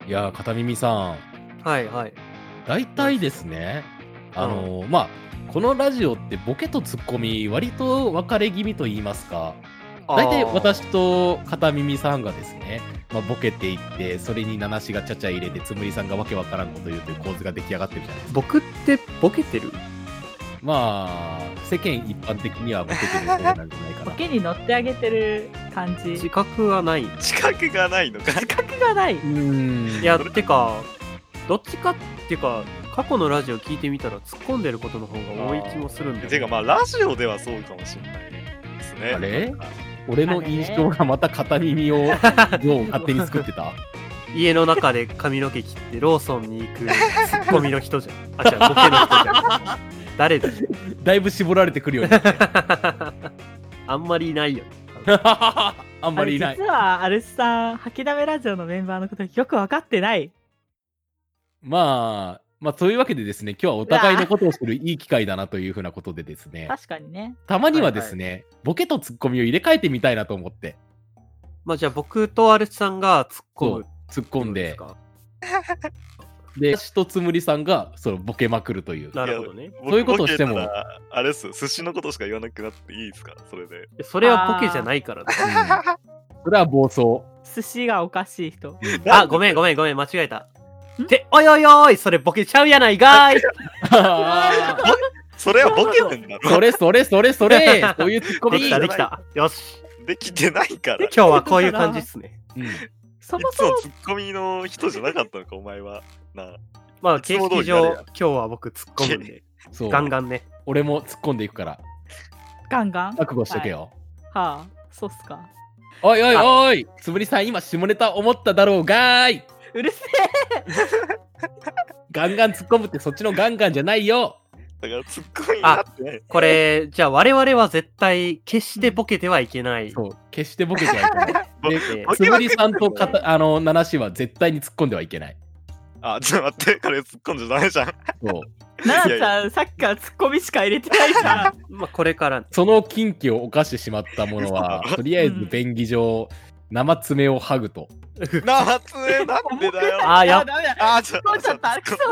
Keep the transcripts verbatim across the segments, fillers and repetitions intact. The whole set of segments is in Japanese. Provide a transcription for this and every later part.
いやー、片耳さん、 はいはい。 大体ですね、あのー、まあ、このラジオってボケとツッコミ、割と分かれ気味と言いますか、大体私と片耳さんがですね、まあ、ボケていって、それに七しがちゃちゃ入れて、つむりさんがわけわからんこと言うという構図が出来上がってるじゃないですか。 僕ってボケてる？ まあ、世間一般的にはボケてる方なんじゃないかな。 ボケに乗ってあげてる感じ。 自覚はない。 自覚がないのか。 自覚がない。うーん。 いや、てか、どっちかっていうか、過去のラジオ聞いてみたら突っ込んでることの方が多い気もするんだよ、ね。 てかまあ、ラジオではそうかもしれないですね。 あれ俺の印象がまた片耳をどう勝手に作ってた家の中で髪の毛切ってローソンに行くツッコミの人じゃん。あ、違う、ボケの人じゃん。誰だだいぶ絞られてくるようになってあんまりいないよ。 あんまりいない。 実はアルスさん、吐きだめラジオのメンバーのことよく分かってない。 まあ、まあ、そういうわけでですね、今日はお互いのことをするいい機会だなというふうなことでですね。 確かにね。 たまにはですね、はいはい、ボケとツッコミを入れ替えてみたいなと思って。 まあじゃあ僕とアルスさんが突っ込む。 突っ込んで。で、私とつむりさんがそのボケまくるという。 なるほどね。 そういうことをしても。 あれです、寿司のことしか言わなくなっていいですか、それで。 それはボケじゃないからね。 うん、それは暴走。 寿司がおかしい人。 あ、ごめんごめんごめん、間違えた。って、おいおいおい、それボケちゃうやないかい。 それはボケてんだろ。 それそれそれそれ、そういうツッコミ。 できたできた。よし。 できてないから。 今日はこういう感じっすね。 うん。そもそもツッコミの人じゃなかったのか、お前は。なあ。 まあ、形式上、今日は僕突っ込むんで。 そう。 ガンガンね。 俺も突っ込んでいくから。 ガンガン覚悟しとけよ。 はい、はあ、そうっすか。 おいおいおい、つぶりさん、今下ネタ思っただろうがーい。 うるせえガンガン突っ込むってそっちのガンガンじゃないよ。 だから突っ込みになって。 これ、じゃあ我々は絶対決してボケてはいけない。 そう、決してボケてはいけない。で、つぶりさんとかたあのナナシは絶対に突っ込んではいけない。 あ、ちょっと待って、これ突っ込んじゃダメじゃん。 そう。 ナナちゃん、さっきからツッコミしか入れてないじゃん。 まあこれから。 その禁忌を犯してしまったものは、とりあえず便宜上、生爪を剥ぐと。 生爪なんでだよ。 あ、やっあ、ちょっと。 ちょっと難し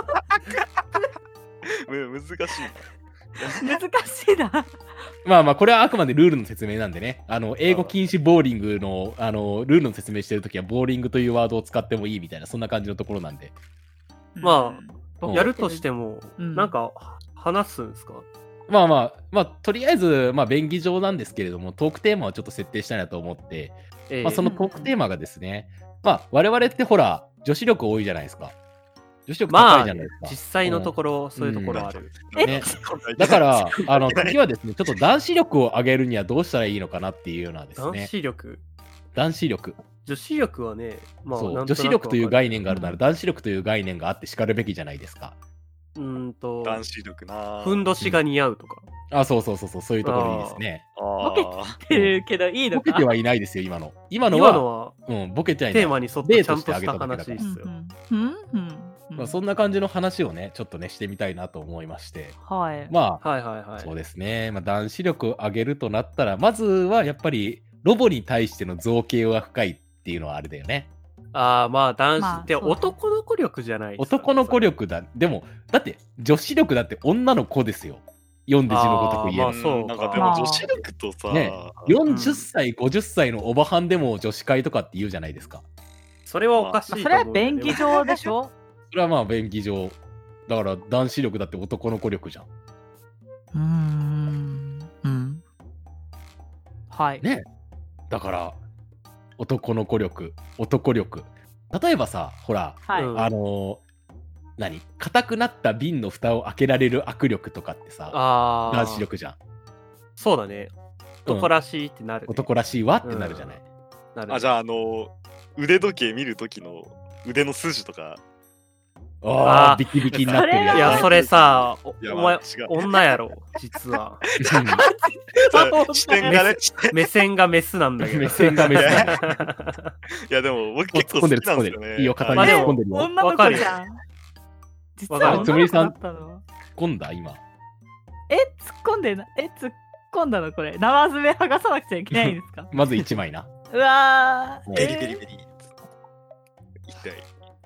い。 難しいな。 まあまあ、これはあくまでルールの説明なんでね。あの、英語禁止ボーリングの、あの、ルールの説明してるときは、ボーリングというワードを使ってもいいみたいな、そんな感じのところなんで。 まあ、 うん、 やるとしても、うん、なんか、話すんですか？ まあまあ、まあ、とりあえず、まあ、便宜上なんですけれども、トークテーマをちょっと設定したいなと思って、えー、まあ、そのトークテーマがですね、まあ、我々ってほら、女子力多いじゃないですか。女子力高いじゃないですか。 まあ、実際のところ、うん、そういうところある。 うん、ね、だから、あの、次はですね、ちょっと男子力を上げるにはどうしたらいいのかなっていうようなですね。 男子力男子力。 女子力はね、まあ、 そう女子力という概念があるなら、男子力という概念があってしかるべきじゃないですか。 うんと、 男子力なふんどしが似合うとか。 うん、あ、そうそうそうそう、そういうところいいですね。 ボケてるけどいいのか。 ボケてはいないですよ、今の。今のは、今のはうん、ボケてはいない。 テーマに沿ってちゃんとした話ですよ。 うんうん。 まあ、そんな感じの話をね、ちょっとね、してみたいなと思いまして。 はい。 まあ、 はいはいはい。 そうですね。まあ、男子力を上げるとなったら、まずはやっぱり、ロボに対しての造形が深いっていうのはあれだよね。 ああ、まあ男子って男の子力じゃないですか、 男の子力だ。でも、だって女子力だって女の子ですよ。読んで字のごとく言える。 まあそうなんかでも女子力とさ、 ね、よんじゅっさい、ごじゅっさいのおばはんでも女子会とかって言うじゃないですか。 それはおかしいと思う、 まあ、それは便宜上でしょそれはまあ便宜上。だから男子力だって男の子力じゃん。 うーん。うん。はい。 ね。だから、男の子力、男力。例えばさ、ほら、 はい、 あのー、何硬くなった瓶の蓋を開けられる握力とかってさ、 あ男子力じゃん。 そうだね。男らしいってなる、ねうん、男らしいわってなるじゃない。 うん、なるあ、じゃあ、あのー、腕時計見るときの腕の筋とか。 ああ、ビキビキになってるやつ、 いや、それさ、お, お前、女やろ、実は。 視点がね、 目線がメスなんだけど。 目線がメス。 いや、でも、僕結構好きなんですよね。 いいよ、肩に突っ込んでるよ。 女の子じゃん。実は女の子だったの。 突っ込んだ今。 え、突っ込んでな、え、突っ込んだのこれ。生爪剥がさなくちゃいけないんですかまずいちまいな。 うわー。 ベリベリベリ。痛い。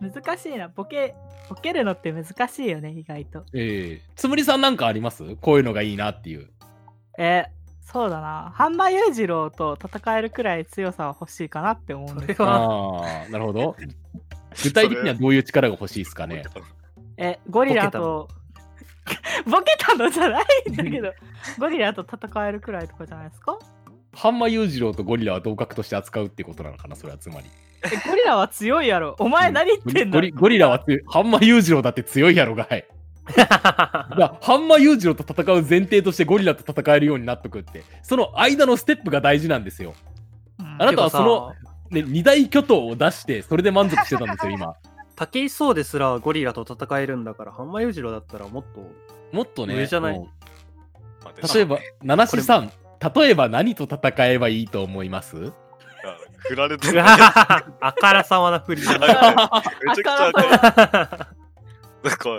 難しいな。ボケ、ボケるのって難しいよね、意外と。 ええつむりさんなんかあります？こういうのがいいなっていう。 え、そうだな。半馬裕次郎と戦えるくらい強さは欲しいかなって思うんですよ。 ああ、なるほど。具体的にはどういう力が欲しいですかね。 え、ゴリラと、ボケたのじゃないんだけど、ゴリラと戦えるくらいとかじゃないですか？ 半馬裕次郎とゴリラは同格として扱うってことなのかな、それはつまり。 え、ゴリラは強いやろ。お前何言ってんの？ ゴリゴリラは強い。半馬裕次郎だって強いやろがい。だ半馬裕次郎と戦う前提としてゴリラと戦えるようになっとくって、その間のステップが大事なんですよ。うん、あなたはその、ね、二大巨頭を出してそれで満足してたんですよ今。 武井壮ですらゴリラと戦えるんだから、半馬裕次郎だったらもっともっとね上じゃない。 例えば七志さん、例えば何と戦えばいいと思います？ 振られてる。 あからさまな振りだな。 めちゃくちゃ赤い。なんか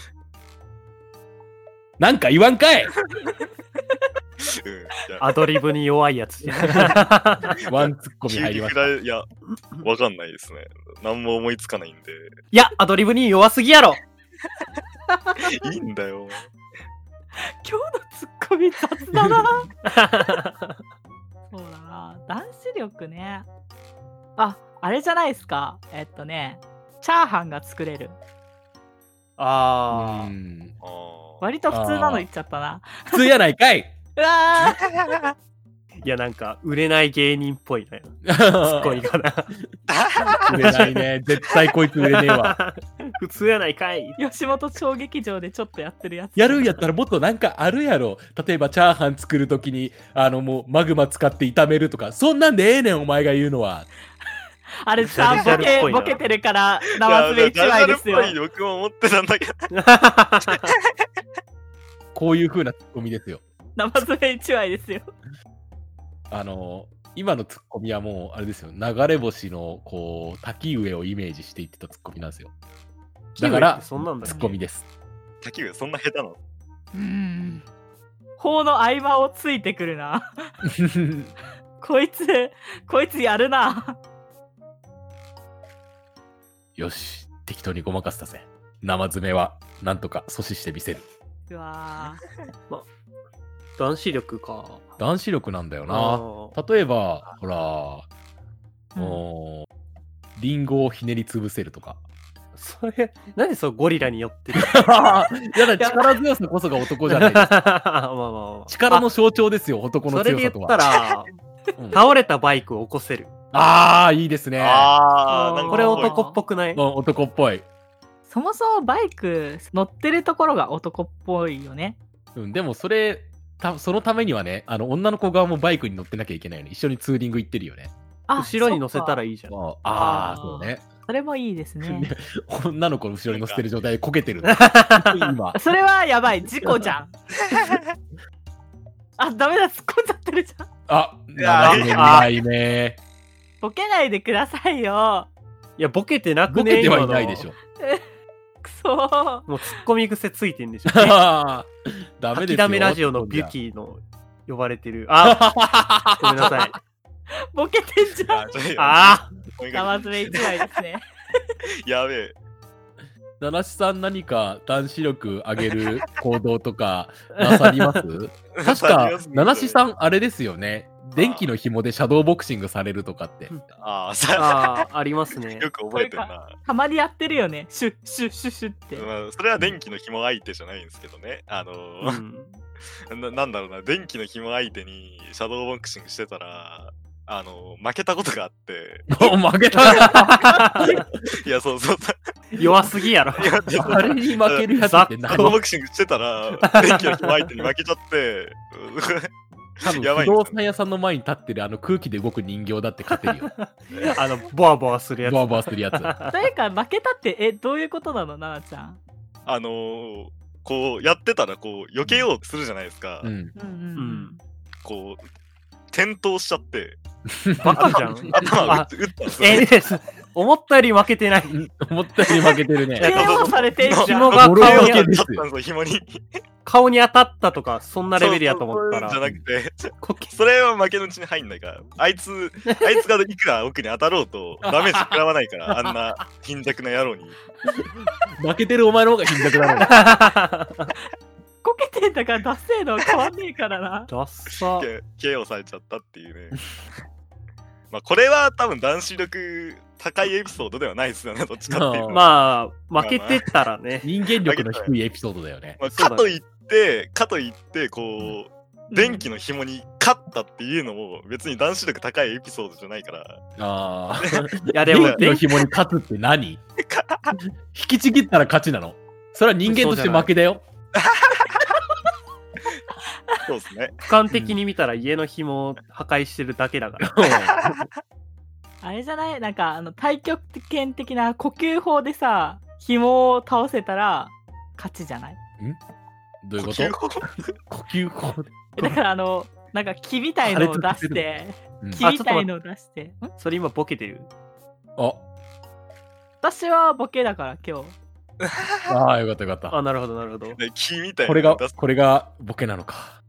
なんか言わんかい。 アドリブに弱いやつじゃん。 ワンツッコミ入りました。 いや、わかんないですね。何も思いつかないんで。 いや、アドリブに弱すぎやろ。 いいんだよ。 今日のツッコミ雑だな。そうだな。男子力ね。あ、あれじゃないですか。えっとね、チャーハンが作れる。 あーあ。 割と普通なの言っちゃったな。 普通やないかい。 うわー。 いや、なんか売れない芸人っぽいな。ツッコミかな。 売れないね。絶対こいつ売れねえわ。 普通やないかい。 吉本小劇場でちょっとやってるやつ。 やるんやったらもっとなんかあるやろ。例えばチャーハン作るときにあのもうマグマ使って炒めるとか、そんなんでええねんお前が言うのは。 あれさ、ボケボケてるから生爪一枚ですよ。 僕も思ってたんだけど。 こういう風なツッコミですよ。 生爪一枚ですよ。 あの今のツッコミはもうあれですよ。流れ星のこう滝上をイメージしていってたツッコミなんですよ。だからそんなんだツッコミです。 滝上そんな下手なの？ うん。法の合間をついてくるな。こいつこいつやるな。 よし、適当にごまかせたぜ。生爪はなんとか阻止してみせる。 うわー、ま、男子力か。 男子力なんだよな。例えばほら、うん、おリンゴをひねり潰せるとか。 それなんでそうゴリラに寄ってる？ やだ、力強さこそが男じゃないですか。まあまあまあ、力の象徴ですよ、男の強さとは。それで言ったら、 うん、倒れたバイクを起こせる。 ああ、いいですね。 ああ、これ男っぽくない？ 男っぽい。 そもそもバイク乗ってるところが男っぽいよね。 うん、でもそれたそのためにはね、あの女の子側もバイクに乗ってなきゃいけないよね。一緒にツーリング行ってるよね。 後ろに乗せたらいいじゃん。 ああ、そうね。 それもいいですね。 女の子の後ろに乗せてる状態でこけてる。 今。それはやばい、事故じゃん。あ、ダメだ、突っ込んじゃってるじゃん。 あ、ななまいめ。 ボケないでくださいよ。 いや、ボケてなくね。 ボケてはいないでしょ。 くそー。 もうツッコミ癖ついてんでしょ。 ダメですよ。 諦めラジオのビューティーの呼ばれてる。あ、ごめんなさい。 ボケてんじゃん。 ああ。 生爪一枚ですね。 やべえ。 七七さん何か男子力上げる行動とかなさります？確か七七さんあれですよね。電気の紐でシャドーボクシングされるとかって。 ああ、ありますね。 よく覚えてるな。 たまにやってるよね。シュッシュッシュッシュッって。 まあ、それは電気の紐相手じゃないんですけどね。あのーうん、な、なんだろうな、電気の紐相手にシャドーボクシングしてたら、あのー、負けたことがあって。 負けたいや、そうそう。 弱すぎやろ。 あれに負けるやつって何？シャドーボクシングしてたら、電気の紐相手に負けちゃって、 多分不動産屋さんの前に立ってるあの空気で動く人形だって勝てるよ。 あのボワボワするやつ。 ボワボワするやつ。 というか負けたってえどういうことなの奈々ちゃん？ あのー、こうやってたらこう避けようとするじゃないですか。 うん。 うんうん、 こう転倒しちゃって。 バカじゃん。 頭打ったんですよ。 えー、思ったより負けてない。 思ったより負けてるね。 ケーオーされてんじゃん。 紐が顔に当たったんですよ、紐に。 顔に当たったとか、そんなレベルやと思ったら。 そうそうそうじゃなくて、 こけそれは負けのうちに入んないから、あいつ、あいつがいくら奥に当たろうと、ダメージ食らわないから、あんな貧弱な野郎に。 負けてるお前の方が貧弱だろ。 こけてんだからダッセーの変わんねえからな。 ダッサ。 ケーオ されちゃったっていうね。まあこれは多分男子力高いエピソードではないですよね、どっちかっていうと。 まあ、負けてたらね。 人間力の低いエピソードだよね。 まあ、かといってかといってこう、電気の紐に勝ったっていうのも別に男子力高いエピソードじゃないから。 ああ。 いやでも電気の紐に勝つって何？引きちぎったら勝ちなの？それは人間として負けだよ。 そうですね。 俯瞰的に見たら家の紐を破壊してるだけだから。 あれじゃない？なんかあの太極拳的な呼吸法でさ、紐を倒せたら勝ちじゃない？ん？ どういうこと？呼吸法だからあのなんか木みたいのを出して、木みたいのを出して。 それ今ボケてる？ あ、 私はボケだから今日。 ああ、よかったよかった。 あ、なるほどなるほど。 木みたいな。 これがこれがボケなのか。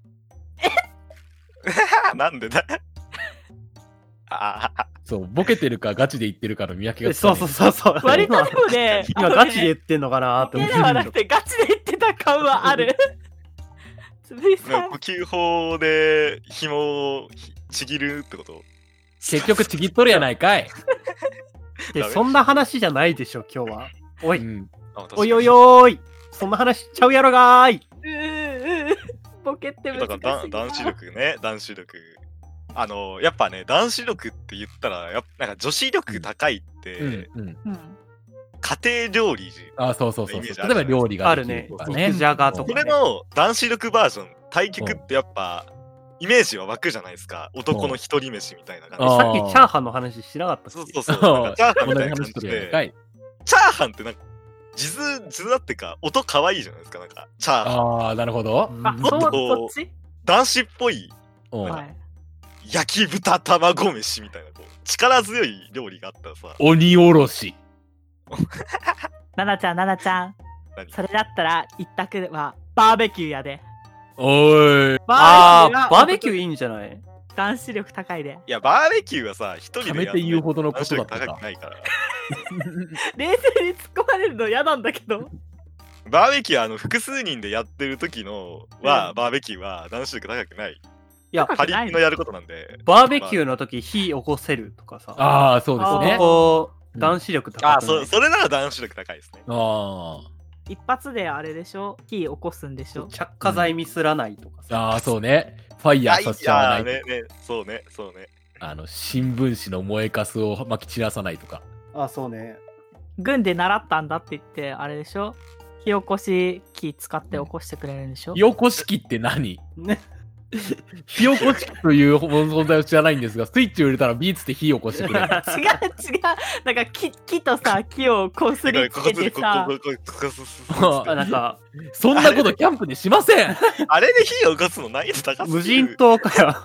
なんでだ。ああ。 そう、ボケてるかガチで言ってるかの見分けがそうそうそうそう。 割とでもね、 今ガチで言ってんのかなって思って。ボケではなくてガチで言ってた感はある。つぶりさん。 呼吸法で紐をちぎるってこと？ 結局ちぎっとるやないかい。 そんな話じゃないでしょ今日は。おい、うん、おいおいおい、そんな話しちゃうやろがーい。 うーうボケって難しいな。 だから男子力ね、男子力。あのやっぱね、男子力って言ったらやっぱなんか女子力高いって、うんうん、家庭料理。 あ、そうそうそうそう。例えば料理があるね。肉じゃがとか、ね。 これの男子力バージョン、対極ってやっぱイメージは湧くじゃないですか。男の一人飯みたいな感じ。 さっきチャーハンの話しなかったっけ？ そうそうそう。なんかチャーハンみたいな感じで。チャーハンってなんか地図地図だってか音可愛いじゃないですか。なんかチャーハン。 ああ、なるほど。 あ、もっとこう男子っぽい。焼き豚卵飯みたいなこう力強い料理があったらさ。 鬼おろし。 ななちゃん、ななちゃん。それだったら一択はバーベキューやで。 おーい。 あー、バーベキューいいんじゃない？ 男子力高いで。 いや、バーベキューはさ、一人でやって言うほどのことだったか。 高くないから。 冷静に突っ込まれるの嫌なんだけど。 バーベキューはあの複数人でやってる時のは、うん、バーベキューは男子力高くない。 いや、 パリピのやることなんで。 バーベキューの時火起こせるとかさ。 ああ、そうですね。 男、男子力高い、うん。 ああ、そ、それなら男子力高いですね。 ああ。 一発であれでしょ、火起こすんでしょ。 着火剤ミスらないとかさ。うん、ああ、そうね。ファイヤーさせちゃわない。 ね、ね、そうね、そうね。 あの、新聞紙の燃えかすをまき散らさないとか。 ああ、そうね。 軍で習ったんだって言って、あれでしょ、火起こし器使って起こしてくれるんでしょ。 火起こし器って何？ね。火起こし器という存在を知らないんですが、スイッチを入れたらビーツって火起こしてくれる。違う違う。 なんか木、木とさ、木をこすりつけてさ。 なんか、 そんなことキャンプでしません。 あれで火を起こすの難易度高すぎる。 無人島かよ。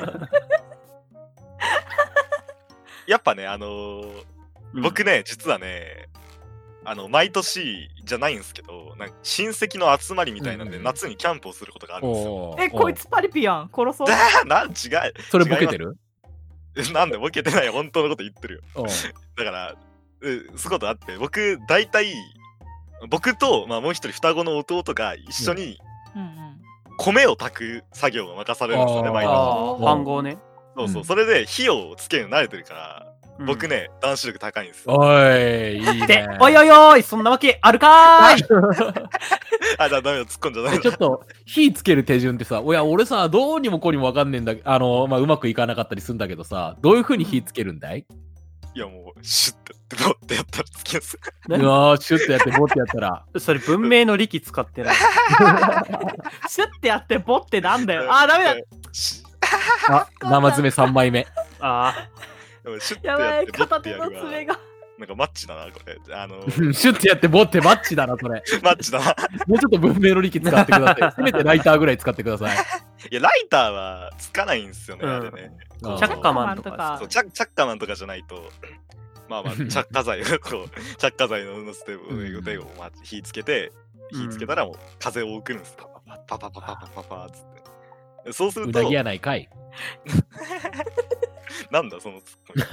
やっぱね、あのーうん、僕ね、実はね、あの毎年じゃないんですけど、なんか親戚の集まりみたいなんで、うん、夏にキャンプをすることがあるんですよ。 え、こいつパリピやん、殺そう。 なん違う。 それボケてる？ なんでボケてない、本当のこと言ってるよ。だから、そういうことあって、僕、大体、僕と、まあ、もう一人双子の弟が一緒に米を炊く作業を任されるんですよね、毎日。 飯盒ね。 そうそう、それで火をつけるの慣れてるから、僕ね、うん、男子力高いんですよ。 おい、いいね。 おいおいおい、そんなわけあるかーい。 あ、じゃあダメだ、突っ込んじゃない。 ちょっと、火つける手順ってさ、いや、俺さ、どうにもこうにもわかんねえんだ、あの、まあ、うまくいかなかったりするんだけどさ、どういう風に火つけるんだい？ いや、もう、シュッてやって、ボッてやったらつきやすい。 うわー、シュッてやって、ボッてやったら。 それ、文明の力使ってない。 シュッてやって、ボッてなんだよ。あー、ダメだ。 あ、生爪さんまいめ。 ああ。やばい、片手の爪が。 なんかマッチだな、これ。あのー、シュッてやってボッてマッチだな、それ。 マッチだな。 もうちょっと文明の力使ってください。せめてライターぐらい使ってください。 いや、ライターはつかないんですよね、うん、あれね。 チャッカマンとか。 そう、チャッカマンとかじゃないと、まあまあ、着火剤を、こう、着火剤の乗せて、腕を、まあ、火つけて、火つけたらもう風を送るんですよ。 パパパパパパパつって。そうすると。 うなぎやないかい。 なんだそのツッコミ。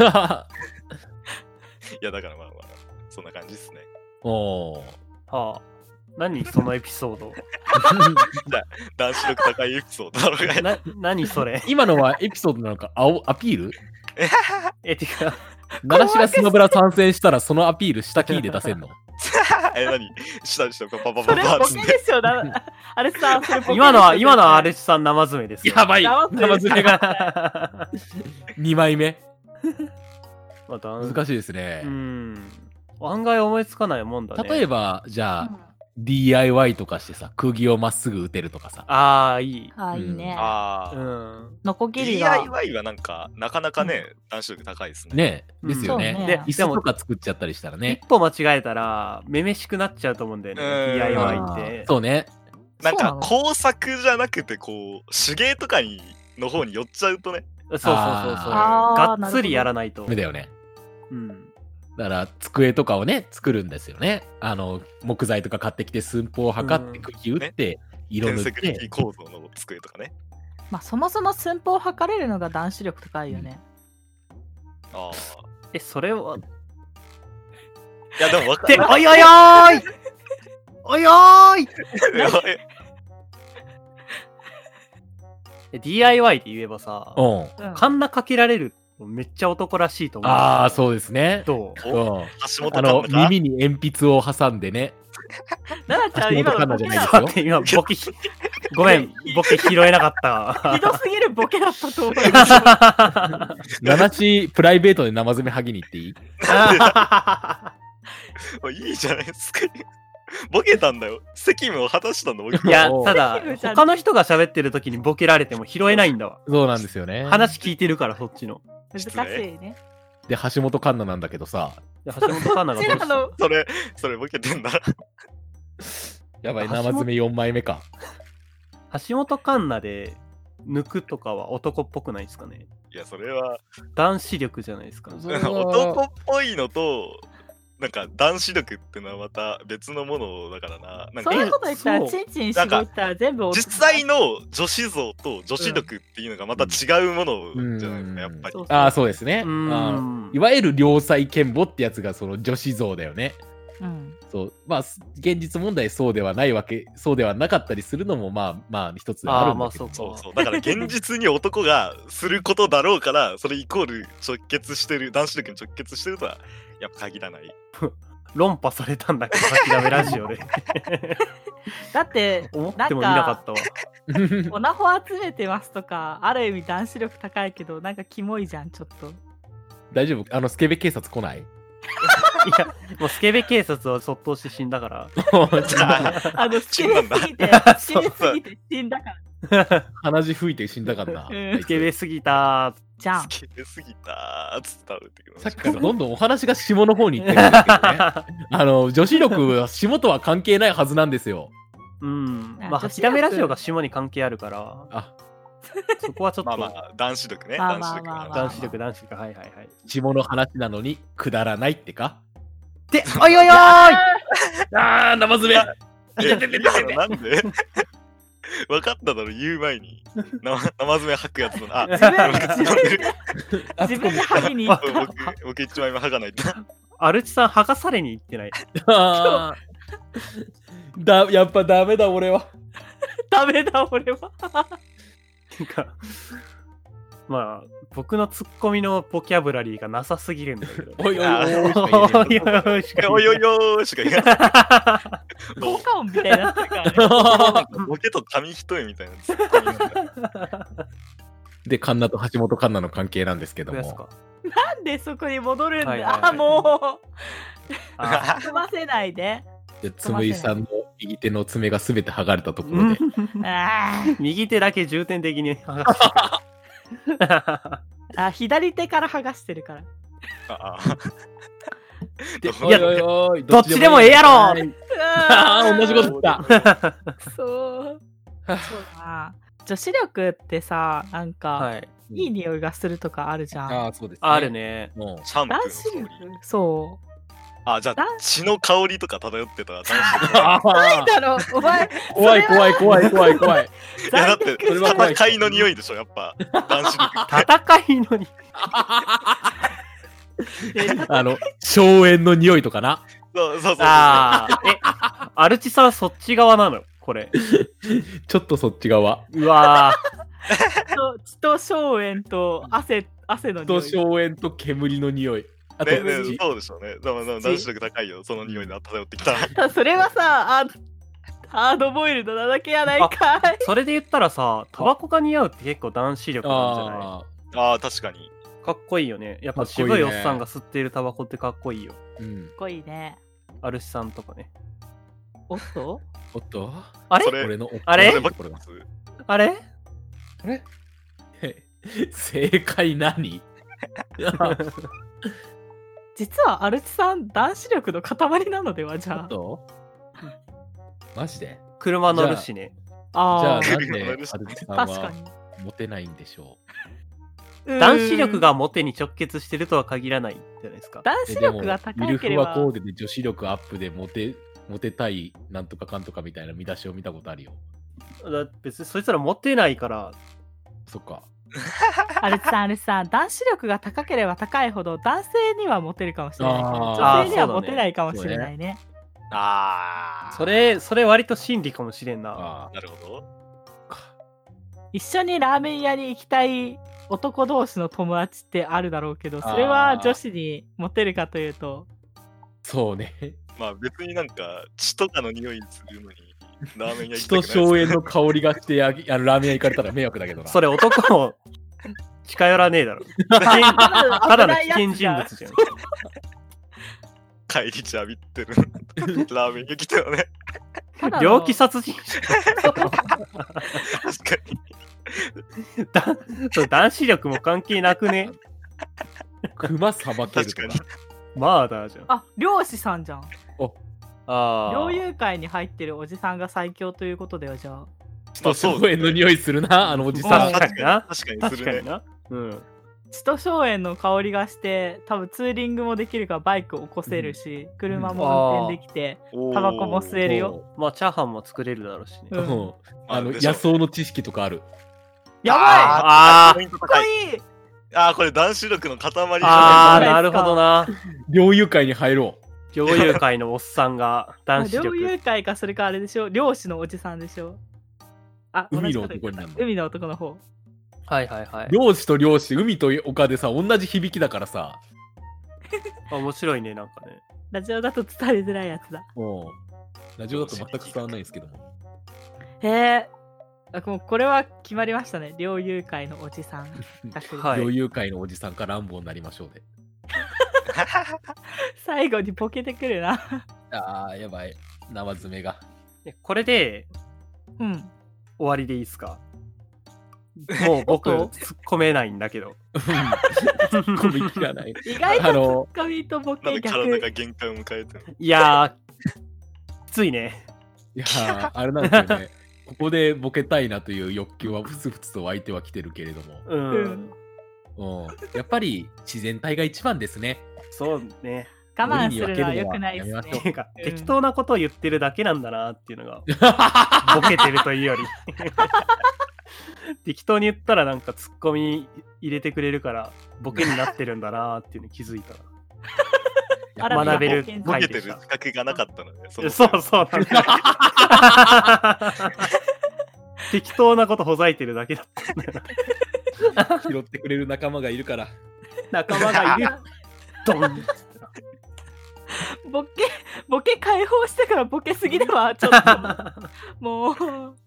いやだからまあまあそんな感じですね。 おー。 はあ。何そのエピソード。 じゃあ男子力高いエピソードだろうが。 な、何それ。 今のはエピソードなのか、青アピールえ、てか、 奈良市がスマブラ参戦したらそのアピールしたキーで出せんのえ、何したりしたパパパそれボパパつって。 ケですよ。だあれさ、それボケですよ今のは、今のはアレチさん生爪ですよ。 やばい生生爪がにまいめ。 また難しいですねう。ん。案外思いつかないもんだね。 例えば、じゃあ、ディーアイワイ とかしてさ、釘をまっすぐ打てるとかさ。 ああ、いい。 ああ、いいね。 ああ。 うん。 ノコギリが。 ディーアイワイ はなんか、なかなかね、男子力高いですね。 ねえ、ですよね。 そうねで、 椅でも子とか作っちゃったりしたらね一。歩間違えたら、めめしくなっちゃうと思うんだよね。 うんディーアイワイ って。 そうね。 なんかそうなの工作じゃなくてこう手芸とかにの方に寄っちゃうとね。 そうそうそうそう。 あーがっつりやらないと。 目だよね。 うん。 だから、机とかをね、作るんですよね。あの、木材とか買ってきて、寸法を測って、 うん釘打って、色天塗ってセクリティ。構造の机とかね。 まあ、そもそも寸法を測れるのが男子力高いよね。 ああ。 え、それは。 いやでもわかで、 る。 おいおいおーいおいおーいええ ディーアイワイ で言えばさ、 うん。 うんカンナかけられるのめっちゃ男らしいと思う。 ああ、そうですね。 どううん。 お橋本あの、 環奈か耳に鉛筆を挟んでね。 奈々ちゃん、 橋本今の環奈じゃないですよ待って、今、ボケひ、ごめん、ボケ拾えなかったひどすぎるボケだったと思う。 わ。 七地プライベートで生爪はぎに行っていいおいいじゃないですか。ボケたんだよ。責務を果たしたんだ僕いやお、うただ、他の人が喋ってる時にボケられても拾えないんだわ。 そうなんですよね。 話聞いてるから、そっちの。 難しいね。 で、橋本環奈なんだけどさ、 で橋本環奈がどうしたこちらのそれそれボケてんだ。 やばい、 橋本生爪よんまいめか。 橋本環奈で抜くとかは男っぽくないですかね。 いやそれは男子力じゃないですか。 それは男っぽいのとなんか男子力ってのはまた別のものだからな。なんかそういうこと言ったら、 そうチンチン絞ったら全部男実際の女子像と女子力っていうのがまた違うものじゃないですか、やっぱり。 そうああ、そうですね。 うーあんーいわゆる良妻賢母ってやつがその女子像だよね。 うん。 そう。まあ、現実問題そうではないわけ、そうではなかったりするのも、まあまあ、一つあるんだけど。 あーまあそうそう。だから現実に男がすることだろうから、それイコール直結してる、男子力に直結してるとはやっぱ限らない。 論破されたんだけど、諦めラジオで。 だって、 思ってもみなかったわ。 オナホ集めてますとか、ある意味男子力高いけど、なんかキモいじゃん、ちょっと。 大丈夫あの、スケベ警察来ないいや、もうスケベ警察はそっとして死んだから。 あの、好き死んだんだすぎて、死にすぎて死んだから。 鼻血吹いて死んだからな。 うんスケベすぎたじゃん好。きですぎたーっつって食べてくる。 さっきからどんどんお話が下の方に行ってるんですけどね。あの、女子力は下とは関係ないはずなんですよ。 うん。 あまあ、 女子力諦めラジオが下に関係あるから、 あ、 そこはちょっと、 まあまあ、男子力ね。 まあまあ男子力の話まあまあ男子力、男子力、はいはいはい。 下の話なのにくだらないってかで、おいおいおーいあー、生爪えなんで分かっただろ、言う前に。生生爪吐くやつの。あ、 自分僕自分で自分で剥ぎに行った。 僕、僕一枚目吐かないと。 アルチさん、剥がされに行ってない。 あーだ、やっぱダメだ、俺は。 ダメだ、俺は。 なんか、まあ、僕のツッコミのボキャブラリーがなさすぎるんだけど。 おいおいおいおいしか言えねおいおいしか言えないおいおいおーしか言えない。 効果音みたいになってるからね。 ボケと紙一重みたいなツッコミなんだ。 で、カンナと橋本環奈の関係なんですけども。 どうですかなんでそこに戻るんだ、 はいはいはいあ、もあう。済ませないで。 で、つむいさんの右手の爪がすべて剥がれたところうんで。 あ右手だけ重点的に剥がしてーあ、左手から剥がしてるから。 あでどおいおいおいどっちでもええやろはいあー同じこと言った。 そう。そうだな。女子力ってさ、なんか、 はい。 いい匂いがするとかあるじゃん。 ああ、そうです、ね。 ある。ね。 もう、 シャンプーの男子香り。 力そう。 あ、じゃあ、血の香りとか漂ってたら男子力ないだろ、お前。 怖い怖い怖い怖い怖い。 いや、だって、それは戦いの匂いでしょ、やっぱ。男子力。 戦いのに。 あの、荘園の匂いとかな。 そうそうそう。 ああ、え、アルチさんそっち側なのこれ。 ちょっとそっち側。 うわぁ。血と荘園と汗、汗の匂い。 血と荘園と煙の匂い。あと、 ねね、そうでしょうね。でも、男子力高いよ、その匂いで漂ってきた。 それはさ、あハードボイルドなだけやないかい。 それで言ったらさ、タバコが似合うって結構男子力なんじゃない？ ああ、確かに。 かっこいいよね。やっぱ渋いおっさんが吸っているタバコってかっこいいよ。 うん。 かっこいいね。 アルシさんとかね。 おっとおっとあれ俺のあれあれあれ正解何実はアルチさん男子力の塊なのではじゃあ。 とマジで車乗るしね。 ああ。じゃあなんでアルチさんは確かにモテないんでしょう。男子力がモテに直結してるとは限らないじゃないですか。 男子力が高いければ。 ミルフはコーデで女子力アップでモテモテたいなんとかかんとかみたいな見出しを見たことあるよ。 だ別にそいつらモテないから。 そっか。 アルチさん、アルチさん、男子力が高ければ高いほど男性にはモテるかもしれないけど、女性にはモテないかもしれないね。 ああ。 それ、それ割と真理かもしれんな。 あなるほど。 一緒にラーメン屋に行きたい男同士の友達ってあるだろうけど、それは女子にモテるかというと。 そうね。 まあ別になんか血とかの匂いするのにラーメン屋行きたくない。 血と荘園の香りがしてああのラーメン屋行かれたら迷惑だけどな。 それ男も近寄らねえだろ。ただの危険人物じゃん。 帰り血浴びてるラーメン屋来たよね。 猟奇殺人確かに。 だそう男子力も関係なくね。 熊さばけるとか。 確かに。 マーダーじゃん。 あ、漁師さんじゃん。 おあ猟友会に入ってるおじさんが最強ということだよ、じゃあ。 血と荘園の匂いするな、あのおじさん。 確かにな。 確かにするね。 うん。 血と荘園の香りがして多分ツーリングもできるからバイク起こせるし、うん、車も運転できてタバコも吸えるよ。 まあチャーハンも作れるだろうしね。 うん、あの野草の知識とかある。 やばい。 あーかっこいい。 あーこれ男子力の塊じゃないですか。 ああなるほどな。 猟友会に入ろう。猟友会のおっさんが男子力。 猟友会かそれかあれでしょ。漁師のおじさんでしょ。あ海の男になるの。 海の男の方。 はいはいはい。 漁師と漁師、海と丘でさ、同じ響きだからさ。 面白いね、なんかね。 ラジオだと伝えづらいやつだ。 うん。ラジオだと全く伝わらないんですけども。 へえ。もうこれは決まりましたね。猟友会のおじさん。 はい、猟友会のおじさんか乱暴になりましょうで。 最後にボケてくるな。 ああ、やばい。生爪が。 これで、 うん。 終わりでいいですか？もう僕、突っ込めないんだけど。 突っ込みきらない。 意外と突っ込みとボケ逆。 体が限界を迎えてる。 いやー、きついね。 いやー、あれなんですよね。ここでボケたいなという欲求はふつふつと湧いてはきてるけれども。 うん。 うん、やっぱり自然体が一番ですね。 そうね。 我慢するのは良くないですね。 てか、うん、適当なことを言ってるだけなんだなっていうのが、ボケてるというより。適当に言ったらなんかツッコミ入れてくれるからボケになってるんだなっていうの気づいたら学べるボケてる資格がなかったのね。 そうそう適当なことほざいてるだけだったんだよな。拾ってくれる仲間がいるから仲間がいるドンボケボケ解放してからボケすぎではちょっともう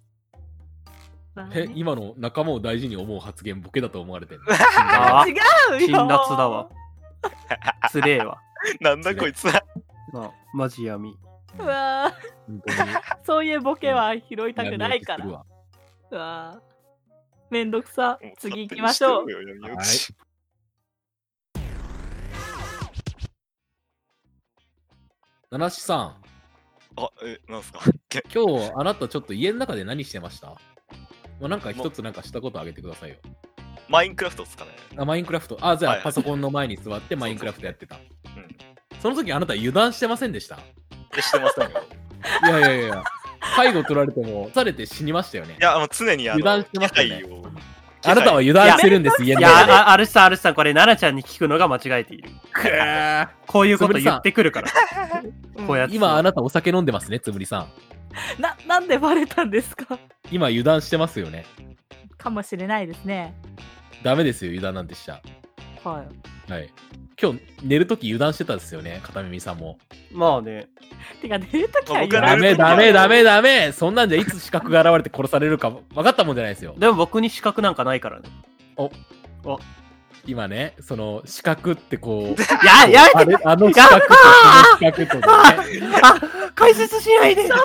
え、今の仲間を大事に思う発言ボケだと思われてるの？ 違うよ。 辛辣だわ。つれえわ。 なんだこいつは。 まあ、マジ闇。 うわそういうボケは拾いたくないから。うわめんどくさ。次行きましょう。はい。 七七さん。 あ、え、なんすか？ 今日あなたちょっと家の中で何してました？まあ、なんか一つなんかしたことあげてくださいよ。 マインクラフトっすかね。 あ、マインクラフト。あ、じゃあ、はい、パソコンの前に座ってマインクラフトやってた。 うん。 その時あなた油断してませんでした？ してませんよ。 いやいやいや、介護取られてもされて死にましたよね。 いや、もう常にあの油断してますよね。 気配をあなたは油断してるんです、家のいや、 中で。 ああるしさん、あるしさん、これ、奈々ちゃんに聞くのが間違えている。こういうこと言ってくるから。こうやって今あなたお酒飲んでますね、つぶりさん。な、なんでバレたんですか？ 今油断してますよね。 かもしれないですね。 ダメですよ、油断なんてしちゃ。 はい。 はい。今日寝るとき油断してたんですよね、片耳さんも。 まあね。 てか、寝るときは僕はダメダメダメダメ。そんなんじゃいつ資格が現れて殺されるか分かったもんじゃないですよ。 でも僕に資格なんかないからね。 おお今ね、その資格ってこう。 や、やめてあの資格とこの資格とね。 あ、解説しないで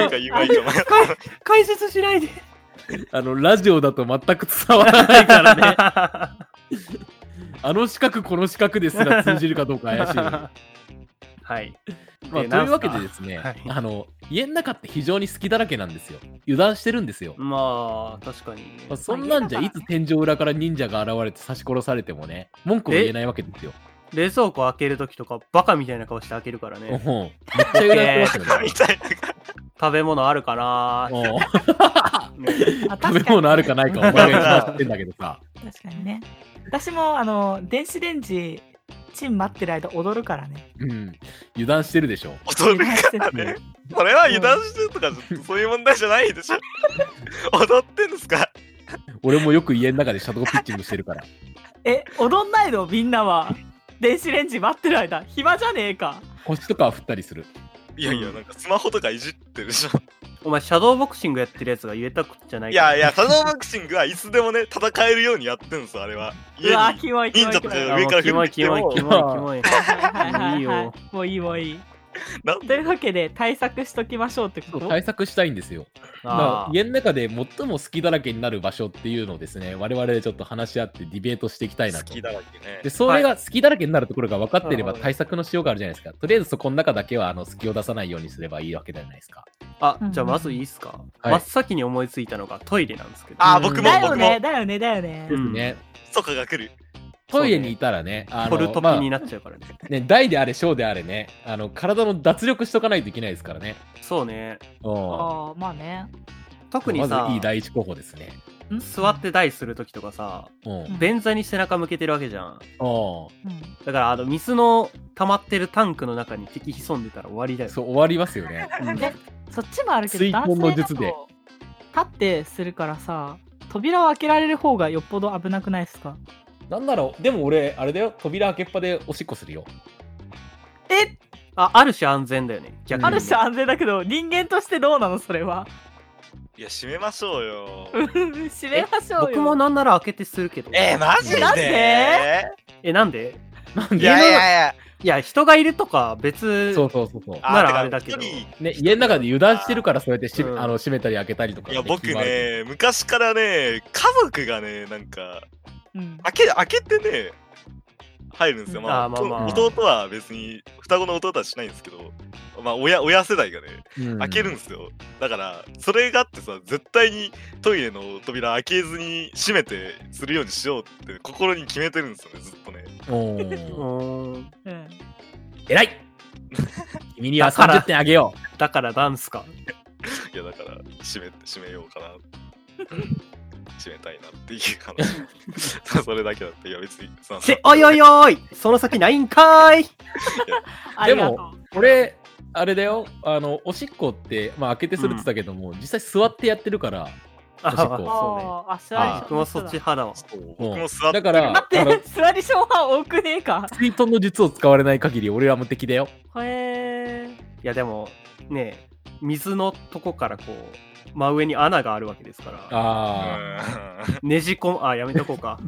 解説しないであの、ラジオだと全く伝わらないからね。あの資格、この資格ですら通じるかどうか怪しい。 はい。 まあ、というわけでですね、はい、あの、家の中って非常に好きだらけなんですよ。油断してるんですよ。 まあ、確かに。 まあ、そんなんじゃ、いつ天井裏から忍者が現れて刺し殺されてもね、文句も言えないわけですよ。 冷蔵庫開けるときとか、バカみたいな顔して開けるからね。 めっちゃ油断してますよね。 食べ物あるかなー食べ物あるかないかお前が一番知ってんだけどさ。 確かにね。私もあの電子レンジチン待ってる間踊るからね。 うん。油断してるでしょ。 踊るからね。これは油断してるとかそういう問題じゃないでしょ。踊ってんですか？ 俺もよく家の中でシャドーピッチングしてるから。 え、踊んないのみんなは。電子レンジ待ってる間暇じゃねえか。 腰とかは振ったりする。 いやいや、なんかスマホとかいじってるでしょ。 お前シャドーボクシングやってるやつが言えたことじゃないいやいや、シャドーボクシングはいつでもね戦えるようにやってんすよ、あれは。 うわ、キモいキモい忍者とか上からキモいキモいキモいキモい。 いいよ。もういいもういい。というわけで対策しときましょうってこと。 対策したいんですよ。まあ、家の中で最も好きだらけになる場所っていうのをですね、我々でちょっと話し合ってディベートしていきたいなと。 好きだらけね。 で、それが好きだらけになるところが分かっていれば対策のしようがあるじゃないですか。とりあえずそこの中だけはあの隙を出さないようにすればいいわけじゃないですか。 あ、じゃあまずいいっすか。はい、真っ先に思いついたのがトイレなんですけど。 あ、僕もだよねだよねだよね。 ですね。 そこが来る。 トイレにいたらね、あの、ポルトピになっちゃうからね。 まあ、ね、大であれ小であれね、あの体の脱力しとかないといけないですからね。 そうね。 ああ、まあね。 特にさ、 まずいい第一候補ですね。 座って台するときとかさ、便座に背中向けてるわけじゃん。だからあの水の溜まってるタンクの中に敵潜んでたら終わりだよ。 そう終わりますよね。 で、そっちもあるけど、 水遁の術で立ってするからさ、扉を開けられる方がよっぽど危なくないですか？ なんだろう、でも俺あれだよ、扉開けっぱでおしっこするよ。 え？ あ、ある種安全だよね。 逆にある種安全だけど、人間としてどうなのそれは。 いや、閉めましょうよ。 閉めましょうよ。 僕もなんなら開けてするけど。 えー、マジで？ なんで？ え、なんで？ いやいやいや。 いや、人がいるとか別そうそうそうそうならあれだけど、 ね、家の中で油断してるからそうやってし、うん、あの閉めたり開けたりとか。 いや、僕ね、昔からね、家族がね、なんか、うん、開け開けてね入るんですよ。まあ、まあまあ、弟は別に双子の弟はしないんですけど、まあ親親世代がね、うん、開けるんですよ。だからそれがあってさ、絶対にトイレの扉開けずに閉めてするようにしようって心に決めてるんですよね、ずっとね。 おー偉い君にはさんじゅってんあげよう。 だからダンスか。 いやだから閉め閉めようかな。閉めたいなっていう話。それだけだって。いや別にせおいおいおい、その先ないんかーい。 でも俺あれだよ、あのおしっこってまあ開けてするって言ったけども、うん、実際座ってやってるから。おしっこ。 そうね。僕もそっち派だわ。 僕も座って。 だから待って座り小派多くねえか。 水遁の術を使われない限り俺は無敵だよ。 へえ。 いやでもね、水のとこからこう真上に穴があるわけですから。 ああ。ねじ込む、あ、やめとこうか。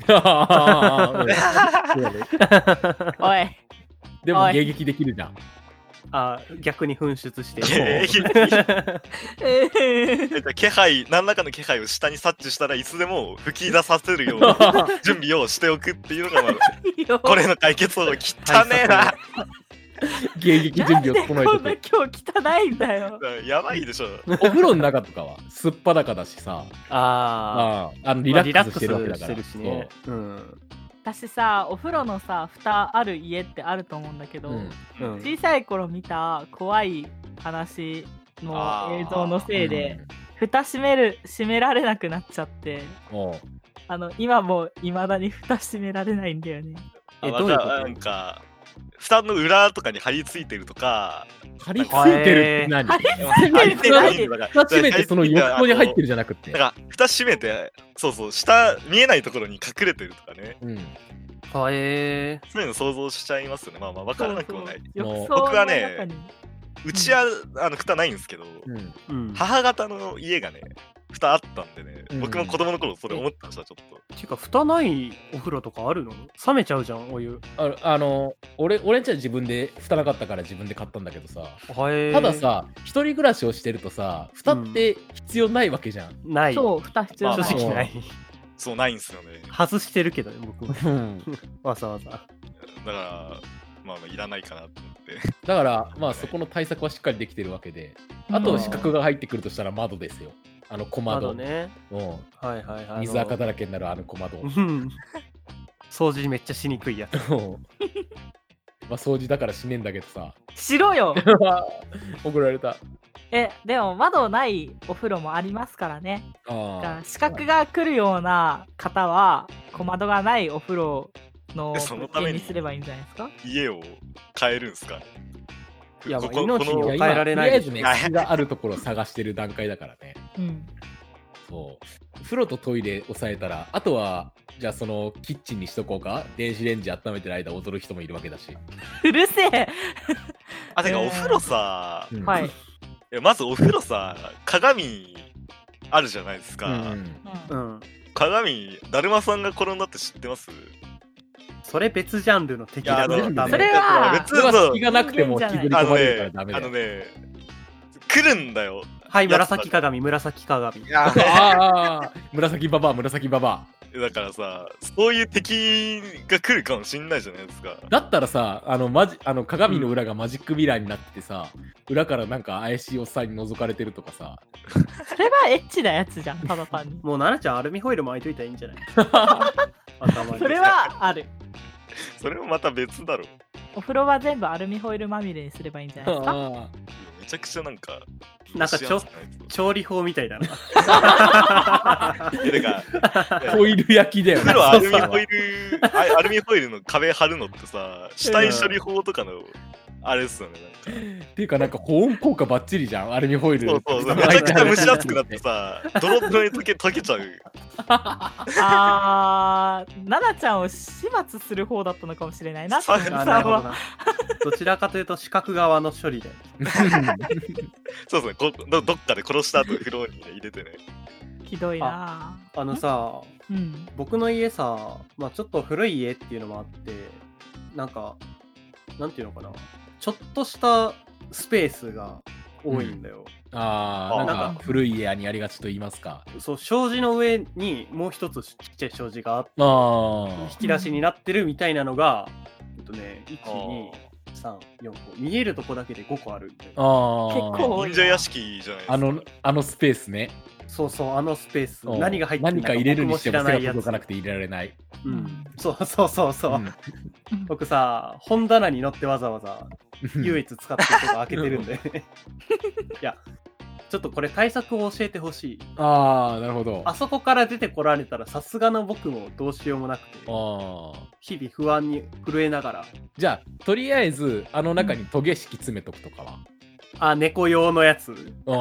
おい。 でも迎撃できるじゃん。 あ、逆に噴出して。 気配、何らかの気配を下に察知したらいつでも吹き出させるような準備をしておくっていうのがまずこれの解決法が汚ねえな。 迎撃準備を整えてて。 こんな今日汚いんだよ。 やばいでしょ。 お風呂の中とかはすっぱだかだしさ。 ああ、あのリラックスしてるわけだから。 しね。うん。 私さお風呂のさ蓋ある家ってあると思うんだけど、うんうん、小さい頃見た怖い話の映像のせいで、うん、蓋閉める閉められなくなっちゃって、あの今も未だに蓋閉められないんだよね。 えどういうこと？なんか蓋の裏とかに貼り付いてるとか。 貼り付いてるって何？ 貼り付いてるって何？ 蓋閉めてその横に入ってるじゃなくて。 だから蓋閉めて、そうそう下見えないところに隠れてるとかね。うん。 はえー。 そういうの想像しちゃいますよね。まあまあ分からなくもない。そうそう僕はね、うちはあの蓋ないんですけど、うん、母方の家がね。蓋あったんでね、うん、僕も子供の頃それ思ってました、ちょっと。 ていうか、蓋ないお風呂とかあるの？冷めちゃうじゃん、お湯。 あ, あの、俺、俺んちは自分で蓋なかったから自分で買ったんだけどさ、たださ、一人暮らしをしてるとさ、蓋って必要ないわけじゃん。 うん、ない。 そう、蓋必要ない。 正直ない。 そう、ないんすよね。 外してるけどね、僕も。わざわざ。だから、まあ、まあ、いらないかなと思って。 だから、まあ、そこの対策はしっかりできてるわけで、あと、死角が入ってくるとしたら窓ですよ。あの小窓ね、うん、はいはいはい、 水垢だらけになるあの小窓掃除めっちゃしにくいやつまあ掃除だからしねえんだけどさしろよ怒られた。 えでも窓ないお風呂もありますからね。あ死角が来るような方は小窓がないお風呂の家にすればいいんじゃないですか。 家を変えるんすか。 いや、命には変えられないでしょ。とりあえずね、口があるところを探してる段階だからね。うん。そう。風呂とトイレ押さえたら、あとは、じゃあそのキッチンにしとこうか。電子レンジ温めてる間踊る人もいるわけだし。 うるせえあ、てかお風呂さ、 うん、はい。いやまずお風呂さ、鏡あるじゃないですか。うん。うん、鏡、だるまさんが転んだって知ってます？ それ別ジャンルの敵だね。 それは別の隙がなくても引きずり込まれるからダメだよ。 あのね、来るんだよ。 はい、紫鏡、紫鏡。 ああ、紫ババア、紫ババア。だからさ、そういう敵が来るかもしんないじゃないですか。 だったらさ、あのマジあの鏡の裏がマジックミラーになっててさ、うん、裏からなんか怪しいおっさんに覗かれてるとかさ。 それはエッチなやつじゃん、ただ単に。 もう奈々ちゃんアルミホイル巻いといたらいいんじゃない？ それはある。 それもまた別だろ。 お風呂は全部アルミホイルまみれにすればいいんじゃないですか。 めちゃくちゃなんかなんかちょ調理法みたいだな。 えだからホイル焼きだよね。 風呂アルミホイルアルミホイルの壁貼るのってさ、死体処理法とかのあれですよね。なんかっていうかなんか保温効果バッチリじゃん、アルミホイル。 そうそうそう、めちゃくちゃ蒸し暑くなってさ、ドロドロに溶け溶けちゃう。 あー、奈々ちゃんを始末する方だったのかもしれないな。さんはどちらかというと視覚側の処理で。 そうですね、ど, どっかで殺した後風呂に、ね、入れてね。 ひどいな。 あ, あのさ、うん、僕の家さ、まあ、ちょっと古い家っていうのもあって、なんかなんていうのかな、ちょっとしたスペースが多いんだよ。 うん、ああ、なんか古い家にありがちと言いますか。 そう、障子の上にもう一つちっちゃい障子があって、あ引き出しになってるみたいなのが、えっとね、いち、に、さん、よんこ、見えるとこだけでごこあるみたいな。 ああ、結構忍者屋敷じゃないですか。 あの、あのスペースね。 そうそう、あのスペース。何が入ってるのか何か入れるにしても手が届かなくて入れられない。 うん、そうそうそうそう。うん、僕さ、本棚に乗ってわざわざ唯一使ってるとこ開けてるんで。いや、ちょっとこれ対策を教えてほしい。 ああ、なるほど。 あそこから出てこられたらさすがの僕もどうしようもなくて、あ日々不安に震えながら。 じゃあ、とりあえず、あの中にトゲ敷き詰めとくとかは、 うん、あ、猫用のやつ。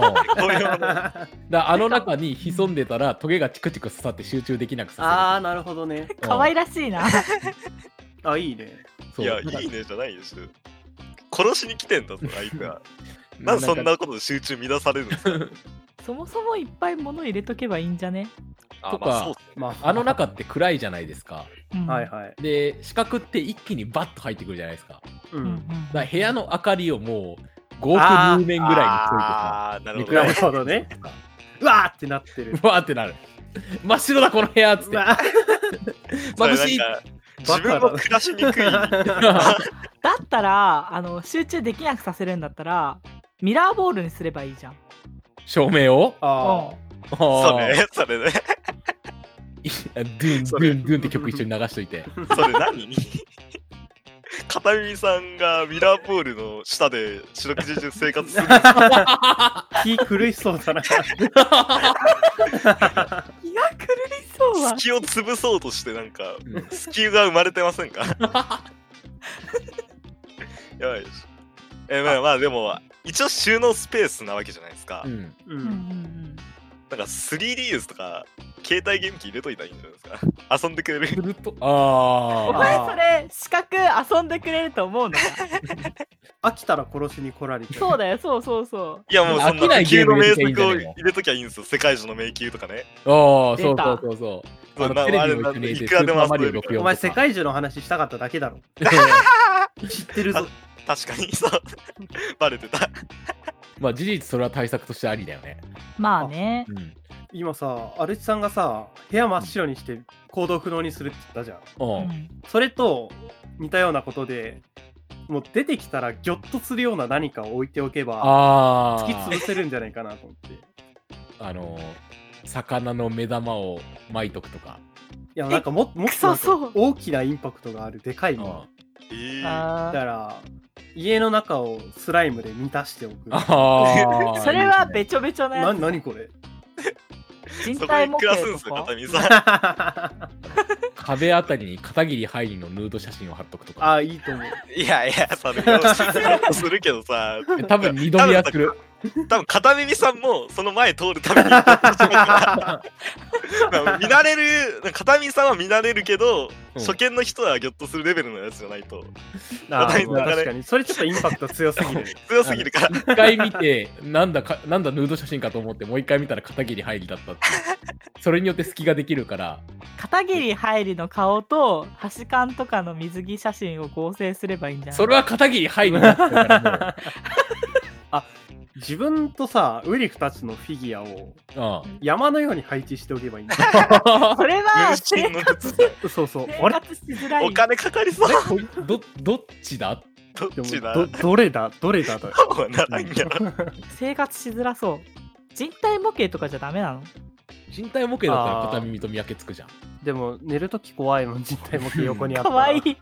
だあの中に潜んでたらトゲがチクチク刺さって集中できなくさせる。 ああ、なるほどね。 可愛らしいな。 あ、いいね。 いや、いいねじゃないですよ。殺しに来てんだぞ、相手は。なんでそんなことで集中乱されるんですか。 そもそもいっぱい物入れとけばいいんじゃねとか、まあそうっすね、まあ、あの中って暗いじゃないですか。 うん、はいはい。 で、視覚って一気にバッと入ってくるじゃないですか。うん、だから部屋の明かりをもうごおくじゅうねんぐらいにしといてさ。 あー、なるほど、なるほどね。うわーってなってる。 うわーってなる。真っ白だこの部屋っつって。眩しい。 自分も暮らしにくい。 だったらあの集中できなくさせるんだったらミラーボールにすればいいじゃん。 照明を？ ああ。それそれね。 ドゥンドゥンドゥンって曲一緒に流しといて。 それ何片耳さんがミラーボールの下で四六時中生活するんですか？ 気狂いそうだな。 気が狂いそうは。 隙を潰そうとしてなんか、隙が生まれてませんか？やばいです。えー、まあまあでも一応収納スペースなわけじゃないですか。うん。うんうんうん。なんか スリーディーエス とか携帯ゲーム機入れといたらいいんじゃないですか。遊んでくれる。 ああ。 お前それ四角遊んでくれると思うのか。 飽きたら殺しに来られて。 そうだよ、そうそうそう。 いやもうそんな迷宮の名作を入れときゃいいんですよ。世界中の迷宮とかね。 ああ、そうそうそうそう。 あのテレビのいくらでも遊べる。 お前世界中の話したかっただけだろ。知ってるぞ。 確かにそう。バレてた。 まあ事実それは対策としてありだよね。 まあね。 うん、今さ、アルチさんがさ、部屋真っ白にして行動不能にするって言ったじゃん。うん、それと似たようなことで、もう出てきたらギョッとするような何かを置いておけば、突き潰せるんじゃないかなと思って。 あのー、魚の目玉を巻いとくとか。 いや、なんかももっと大きなインパクトがあるでかいの。えー、だから家の中をスライムで満たしておく。 あそれはべちょべちょなやつ。 な、何これ。 人体模型とか壁あたりに片桐はいりのヌード写真を貼っとくとか。 ああ、いいと思う。 いやいや、それをするけどさ、 多分二度見はする。 多分片耳さんもその前通るために行ってしまうから見慣れる片耳さんは見慣れるけど、うん、初見の人はギョッとするレベルのやつじゃないと。 あ確かにそれちょっとインパクト強すぎる強すぎるから一回見てなんだかなんだヌード写真かと思ってもう一回見たら片桐はいりだったってそれによって隙ができるから。 片桐はいりの顔と端缶とかの水着写真を合成すればいいんじゃない？ それは片桐はいりだったからもうあ自分とさウリフたちのフィギュアをああ山のように配置しておけばいいんだ。 それは生活そうそう生活しづらい。 お金かかりそう。 どどっちだどっちだど, どれだどれだと生活しづらそう。人体模型とかじゃダメなの？ 人体模型だったら片耳と見分けつくじゃん。 でも寝るとき怖いもん人体模型横にあったら。 かわいい。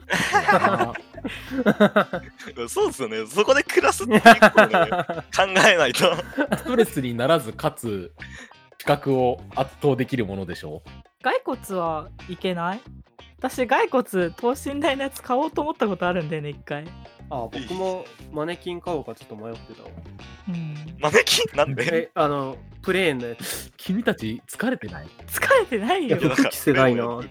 そうですよね。そこで暮らすって結構ね考えないとストレスにならずかつ視覚を圧倒できるものでしょう。 骸骨はいけない？私骸骨等身大のやつ買おうと思ったことあるんだよね一回。 ああ僕もマネキン買おうかちょっと迷ってたわ。 うん、 マネキンなんで？ えあのプレーンで君たち疲れてない？ 疲れてないよ。 服着せないな。 うん。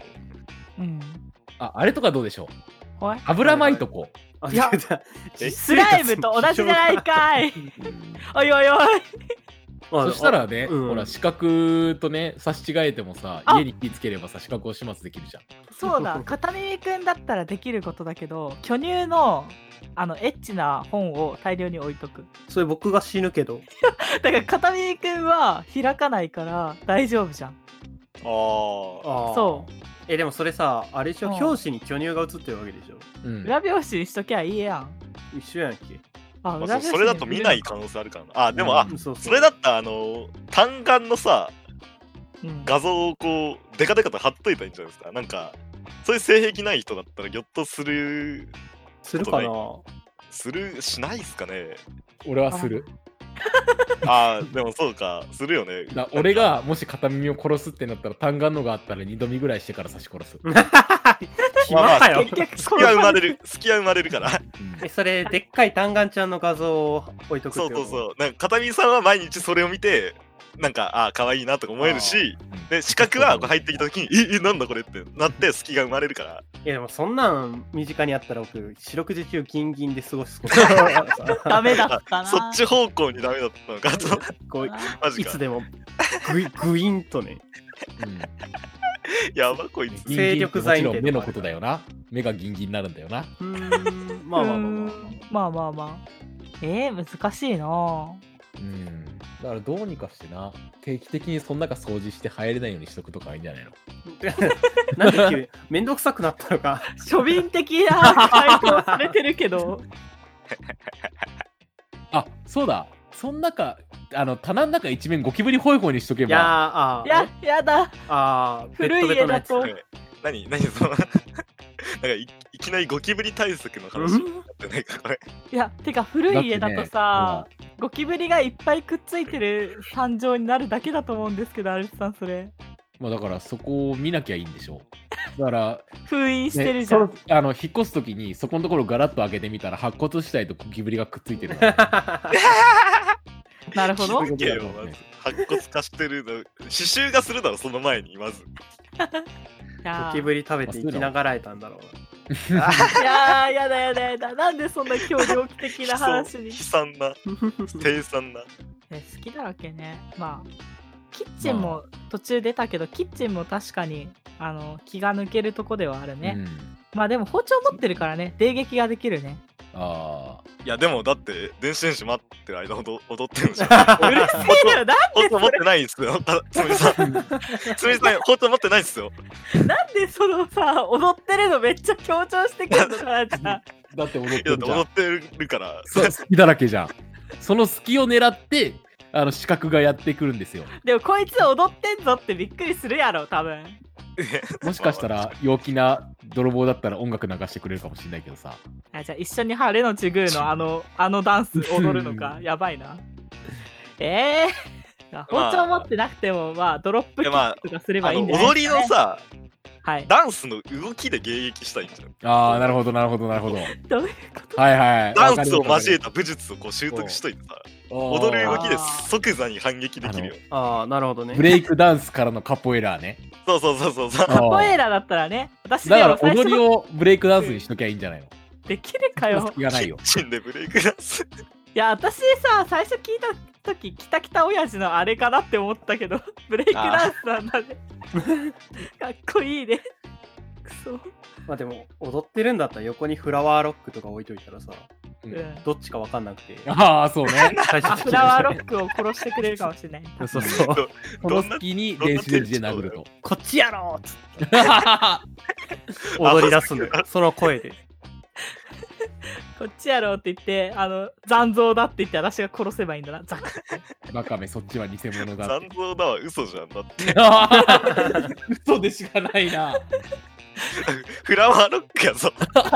ああれとかどうでしょう？ はい、 油巻いとこう。いやスライムと同じじゃないかい。おいおいおい。 そしたらね、うん、ほら四角とね差し違えてもさ家に気ぃつければさ四角を始末できるじゃん。 そうだ片耳くんだったらできることだけど巨乳のあのエッチな本を大量に置いとく。 それ僕が死ぬけどだから片耳くんは開かないから大丈夫じゃん。ああそうえでもそれさあれでしょ表紙に巨乳が写ってるわけでしょ、 うん、裏表紙にしときゃいいやん。 一緒やんけ。 あまあ、そ, それだと見ない可能性あるからな。あでも、うん、あ そ, それだったらあの単眼のさ、うん、画像をこうデカデカと貼っといたらいいんじゃないですか。なんかそういう性癖ない人だったらギョッとするするかな。 するしないっすかね。 俺はする。 あーでもそうかするよね。 だ俺がもし片耳を殺すってなったら単眼のがあったら二度見ぐらいしてから刺し殺す。 暇かよ。 隙は生まれる隙は生まれるから、 うん、えそれでっかい単眼ちゃんの画像を置いとくってこと？ そうそうそう。なんか片耳さんは毎日それを見てなんかあ可愛いなとか思えるし、で視覚は入ってきた時にええなんだこれってなって隙が生まれるから。 いやでもそんなん身近にあったら僕四六時中ギンギンで過ごすことダメだったな。 そっち方向にダメだったのかとこういつでもグイグインとね、 うん、やばこいつ精力剤みたいな。 目のことだよな。目がギンギンになるんだよな。 うーんまあまあまあまあまあまあまあえー、難しいな。 うんだからどうにかしてな定期的にその中掃除して入れないようにしとくとかいいんじゃないの？ なんで急にめんどくさくなったのか。 庶民的な回答されてるけどあそうだその中あの棚の中一面ゴキブリホイホイにしとけば。 いやーあいややだ。 あー古い家だと。 何何そのなんか い, いきなりゴキブリ対策の話になってないかこれ。 いやてか古い家だとさ、ね、ゴキブリがいっぱいくっついてる惨状になるだけだと思うんですけど、アルツさんそれ。 まあだからそこを見なきゃいいんでしょ。だから封印してるじゃん。 ね、あの引っ越すときにそこのところガラッと開けてみたら白骨死体とゴキブリがくっついてる。 なるほど。 白骨化してるの、刺繍がするだろその前にまず。 ゴキブリ食べて生きながらえたんだろうな。 いやーやだやだやだ。なんでそんな協力的な話に。 悲惨な凄惨な。 え好きだらけね。まあキッチンも途中出たけど、まあ、キッチンも確かにあの気が抜けるとこではあるね、うん、まあでも包丁持ってるからね、迎撃ができるね。 ああ。いやでもだって電子レンジ待ってる間踊ってるんじゃん。 うるせえよ。なんで包丁持ってないんすよ。つみさんつみさん包丁持ってないんすよ。 なんでそのさ踊ってるのめっちゃ強調してくるのかな。じゃだって踊ってるじゃん。 踊ってるからそう好きだらけじゃん。その隙を狙ってあの資格がやってくるんですよ。 でもこいつ踊ってんぞってびっくりするやろ多分。 もしかしたら陽気な泥棒だったら音楽流してくれるかもしれないけどさ。 あじゃあ一緒に晴れのちぐーのあのあのダンス踊るのかやばいな。えー、包丁持ってなくてもまあドロップキックとかすればいいんだよね。 踊りのさ、 はい、 ダンスの動きで迎撃したいんじゃん。 ああなるほどなるほどなるほど。 どういうこと？ はいはい。 ダンスを交えた武術をこう習得しといてさ、踊る動きで即座に反撃できるよ。 ああなるほどね。 ブレイクダンスからのカポエラーね。 そうそうそうそうそう。 カポエラだったらね。私だから踊りをブレイクダンスにしときゃいいんじゃないの？ できるかよ。 いやないよ。 キッチンでブレイクダンス。いや私さ最初聞いた時キタキタ親父のあれかなって思ったけどブレイクダンスなんだね。かっこいいね。くそ。 まあでも踊ってるんだったら横にフラワーロックとか置いといたらさ、 うん、 どっちか分かんなくて。 ああそうね。 フラワーロックを殺してくれるかもしれない。 そうそう。 この隙に電子レンジで殴ると。 こっちやろーっつって踊り出すんだよ。その声で。 こっちやろうって言ってあの残像だって言って私が殺せばいいんだな。ザバカめそっちは偽物だ。 残像だわ嘘じゃんだって。 嘘でしかないな。 フラワーロックやぞ。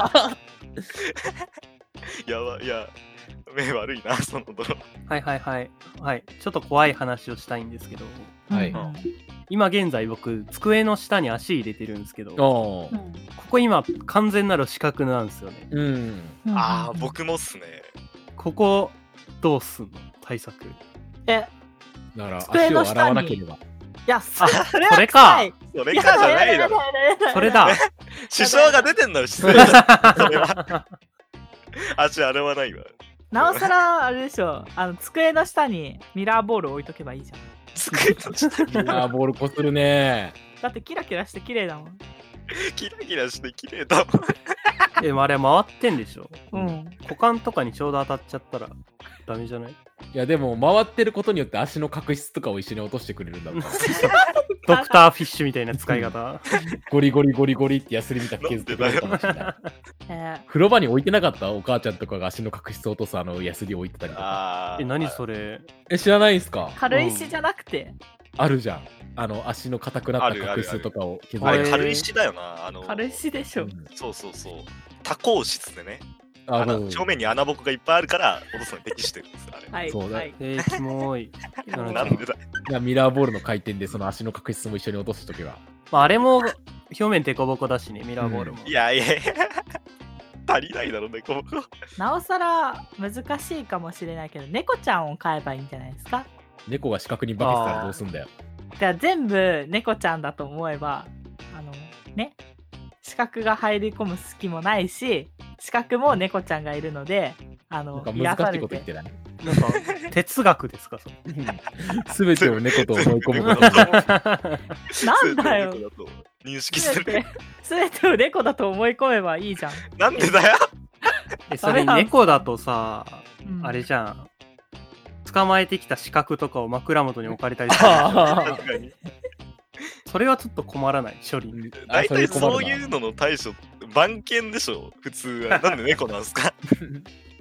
やばいや目悪いなその泥。 はいはいはいはいちょっと怖い話をしたいんですけど、 はい、 今現在僕机の下に足入れてるんですけど、ここ今完全なる四角なんですよね。 うん、 ああ僕もっすね。 ここどうすんの対策？ えだから足を洗わなければ。 いやそれそれかそれかじゃないだろ。 それだ。 支障が出てんだろ失礼だ。それは足洗わないわ。 なおさらあれでしょ、あの机の下にミラーボール置いとけばいいじゃん。 机の下にミラーボールこするね。 だってキラキラして綺麗だもん。 キラキラして綺麗だもん。 え、あれ回ってんでしょ。 うん。 股間とかにちょうど当たっちゃったらダメじゃない？ いやでも回ってることによって足の角質とかを一緒に落としてくれるんだもん。 ドクターフィッシュみたいな使い方。 ゴリゴリゴリゴリってヤスリみたく削ってくれるかもしれない。風呂場に置いてなかった？お母ちゃんとかが足の角質を落とすあのヤスリ置いてたりとか。 え、何それ？ え、知らないんすか？ 軽石じゃなくて、 うん、あるじゃん。あの足の硬くなった角質とかを削る。あれ軽石だよな。あの軽石でしょ、うん。 そうそうそう。多孔質でね。あの表面に穴ぼこがいっぱいあるから落とすのに適してるんですよ。あれ。 はい。 そうだ。 えー、キモい。 なんでだ。 いやミラーボールの回転でその足の角質も一緒に落とすときは。 まあ、あれも表面デコボコだしね、ミラーボールも。 うん、いやいやいや足りないだろデコボコ。 なおさら難しいかもしれないけど、猫ちゃんを飼えばいいんじゃないですか。 猫が四角に化けてたらどうすんだよ。 じゃあ全部猫ちゃんだと思えば、あのね、四角が入り込む隙もないし、四角も猫ちゃんがいるので、あのなんか難しいこと言ってない。 なんか哲学ですかそれ。全てを猫と思い込むこと。 なんだよ。 認識する。 全てを猫だと思い込めばいいじゃん。 なんでだよ。 え、それ猫だとさ、うん、あれじゃん。捕まえてきた四角とかを枕元に置かれたりする。確かに。それはちょっと困らない処理に。 大体そういうのの対処番犬でしょ普通は。なんで猫なんすか。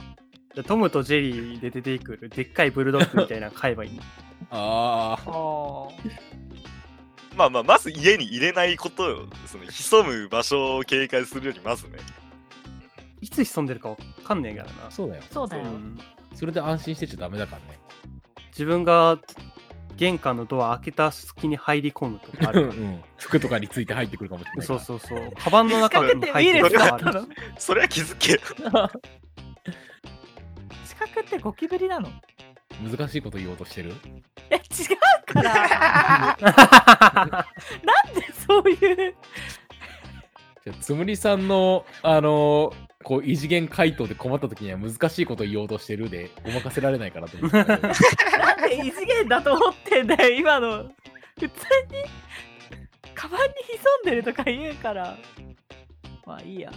トムとジェリーで出てくるでっかいブルドッグみたいな買えばいいの。 ああ。 まあまあ、まず家に入れないことよ。その潜む場所を警戒するよりまずね。 いつ潜んでるかわかんねえからな。 そうだよ。 そうだよ。 それで安心してちゃダメだからね。 自分が玄関のドア開けた隙に入り込むとかある、うん、 服とかについて入ってくるかもしれない。 そうそうそう。カバンの中に入ってくるかも。 それは気づけよ。 視覚ってゴキブリなの？ 難しいこと言おうとしてる？ え、違うからなんでそういうじゃあつむりさんのあのー、こう異次元回答で困った時には難しいこと言おうとしてるでごまかせられないかなと思ってなんで異次元だと思ってんだよ今の。普通にカバンに潜んでるとか言うからまあいいや。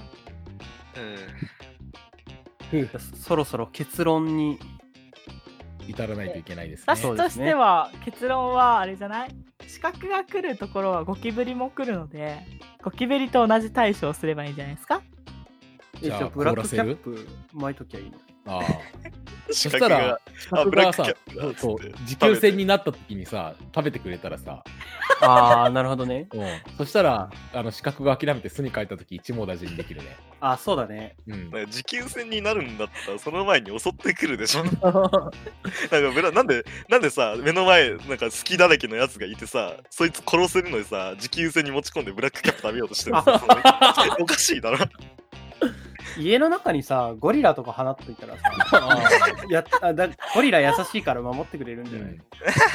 うん、そろそろ結論に至らないといけないですね。 私としては結論はあれじゃない？視覚が来るところはゴキブリも来るのでゴキブリと同じ対処をすればいいんじゃないですか？ じゃあブラックキャップ巻いときゃいいの。 ああそしたら視覚がさそう持久戦になった時にさ食べてくれたらさああなるほどね。 うんそしたらあの視覚が諦めて巣に帰った時一網打尽にできるね。 あそうだね。 うん、持久戦になるんだったらその前に襲ってくるでしょ。なんかブラなんでなんでさ目の前なんか好きだらけのやつがいてさそいつ殺せるのにさ持久戦に持ち込んでブラックキャップ食べようとしてるのおかしいだろ。 家の中にさゴリラとか放っといたらさやあだゴリラ優しいから守ってくれるんじゃない、うん、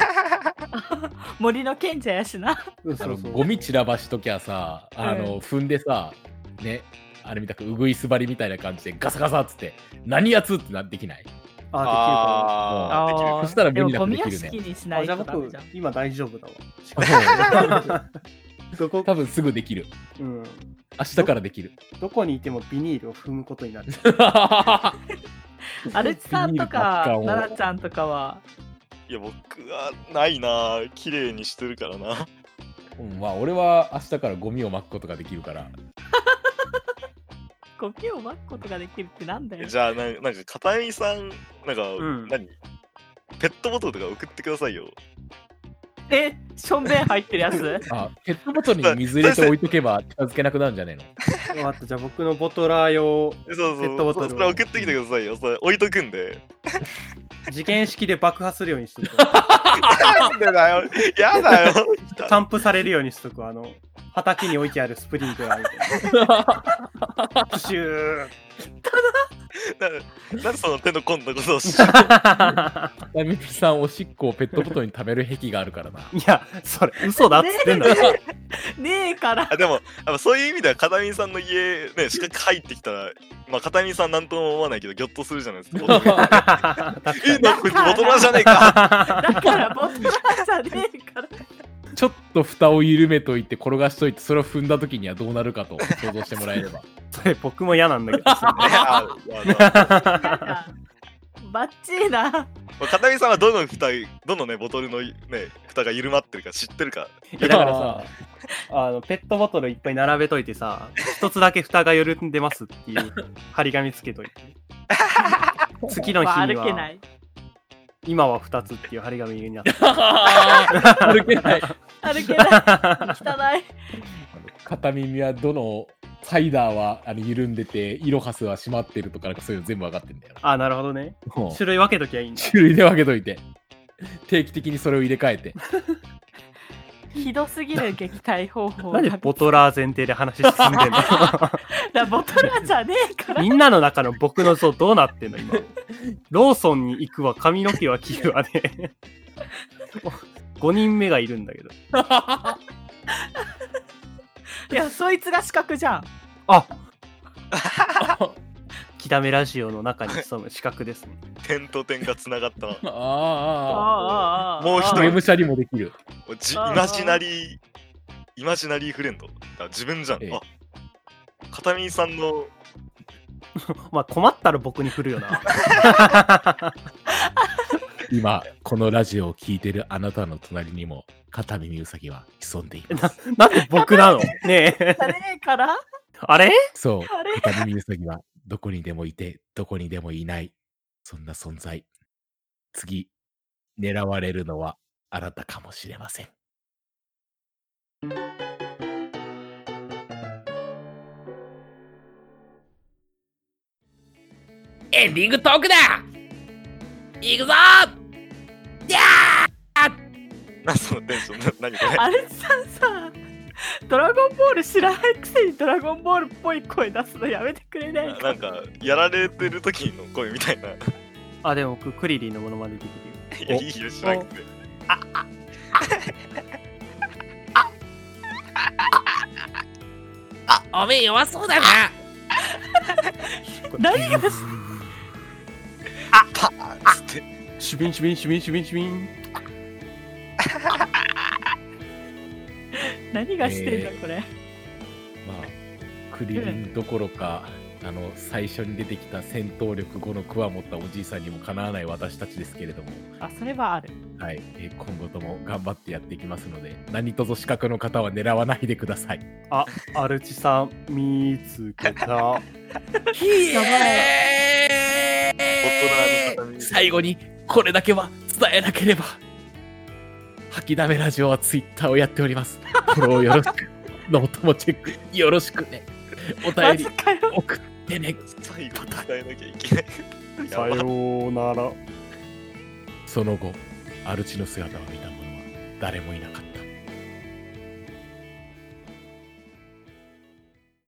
森の賢者やしな。 そうそうゴミ散らばしときゃさあの、うん、踏んでさねあれみたくうぐいすばりみたいな感じでガサガサっつって何やつってなってきない？ ああできるかも。そしたら無理なくできるね。 にしないとダメじゃん。 今大丈夫だわ。 そこ多分すぐできる。うん。明日からできる。 どこにいてもビニールを踏むことになる。 アルチさんとか奈々ちゃんとかは。 いや僕はないな。綺麗にしてるからな。 うん、まあ俺は明日からゴミを巻くことができるから。 ゴミを巻くことができるってなんだよ。 じゃあな、なんか片見さんなんか、うん、何ペットボトルとか送ってくださいよ。 え、しょんべん入ってるやつあ、ペットボトルに水入れて置いとけば近づけなくなるんじゃねえの？ 分かった、じゃあ僕のボトラー用ペットボトルそれ送ってきてくださいよ。それ置いとくんで。 事件式で爆破するようにしとく。 なんでだよ。やだよ。 散布されるようにしとく。あの畑に置いてあるスプリンクラーみたいな。プシュー。 な, なんでその手の込んだことをしちゃう。タミピさんおしっこをペットボトルに食べる癖があるからな。いやそれ嘘だっつってんだよ。 ね, ねえからあでもそういう意味では片見さんの家ね視覚入ってきたらまあ片見さんなんとも思わないけどギョッとするじゃないですか。えなんかこいつボトラーじゃねえか。 だからボトラーじゃねえから。 ちょっと蓋を緩めといて転がしといてそれを踏んだ時にはどうなるかと想像してもらえれば。 それ僕も嫌なんだけど。 バッチリな。 片見さんはどの蓋どのねボトルのね蓋が緩まってるか知ってるか。 だからさあのペットボトルいっぱい並べといてさ一つだけ蓋が緩んでますっていう張り紙つけといて。次の日には。歩けない。今はふたつっていう張り紙になって歩けない歩けない汚い。 片耳はどのサイダーはあの緩んでてイロハスは閉まってるとかなんかそういうの全部分かってんだよ。 あなるほどね。種類分けときゃいいんだ。 種類で分けといて定期的にそれを入れ替えて。 ひどすぎる撃退方法。 なんでボトラー前提で話進んでんの？ だボトラーじゃねえから。 みんなの中の僕の像どうなってんの今。ローソンに行くわ髪の毛は切るわね。ごにんめがいるんだけど。 いやそいつが資格じゃん。 あきだめラジオの中に潜む資格ですね。 点と点がつながったな。 ああああもう一人ゲームシャリもできる。 イマジナリーイマジナリーフレンドだ自分じゃん。ええ、あ片見さんのまあ困ったら僕に振るよな。 今このラジオを聞いてるあなたの隣にも片耳ウサギは潜んでいます。 な, なんで僕なの？ねえ。 あれからあれ？ そう片耳ウサギはどこにでもいてどこにでもいないそんな存在、次、狙われるのはあなたかもしれません。エンディングトークだ。いくぞー。やー。なそのテンション、な何これ。 あれささ、ドラゴンボール知らないくせにドラゴンボールっぽい声出すのやめてくれないか。 なんかやられてる時の声みたいな。 あ、でも僕クリリンのものまねできるよ。いやいいよ知らなくて。ああああ、おめえ弱そうだな。 何があパーつってシュビンシュビンシュビンシュビンシュビン。 何がしてんだ、えー、これ。 まあクリリンどころか、うん、あの最初に出てきた戦闘力ごのクワ持ったおじいさんにもかなわない私たちですけれども。 あ、それはある。 はい、えー、今後とも頑張ってやっていきますので、何卒資格の方は狙わないでください。 あ、アルチさん見つけた。 ひやばい。最後にこれだけは伝えなければ。吐きだめラジオはツイッターをやっております。フォローよろしく。ノートもチェックよろしくね。お便り送ってね。 最後に伝えなきゃいけない。 さようなら。 その後、アルチの姿を見た者は誰もいなかった。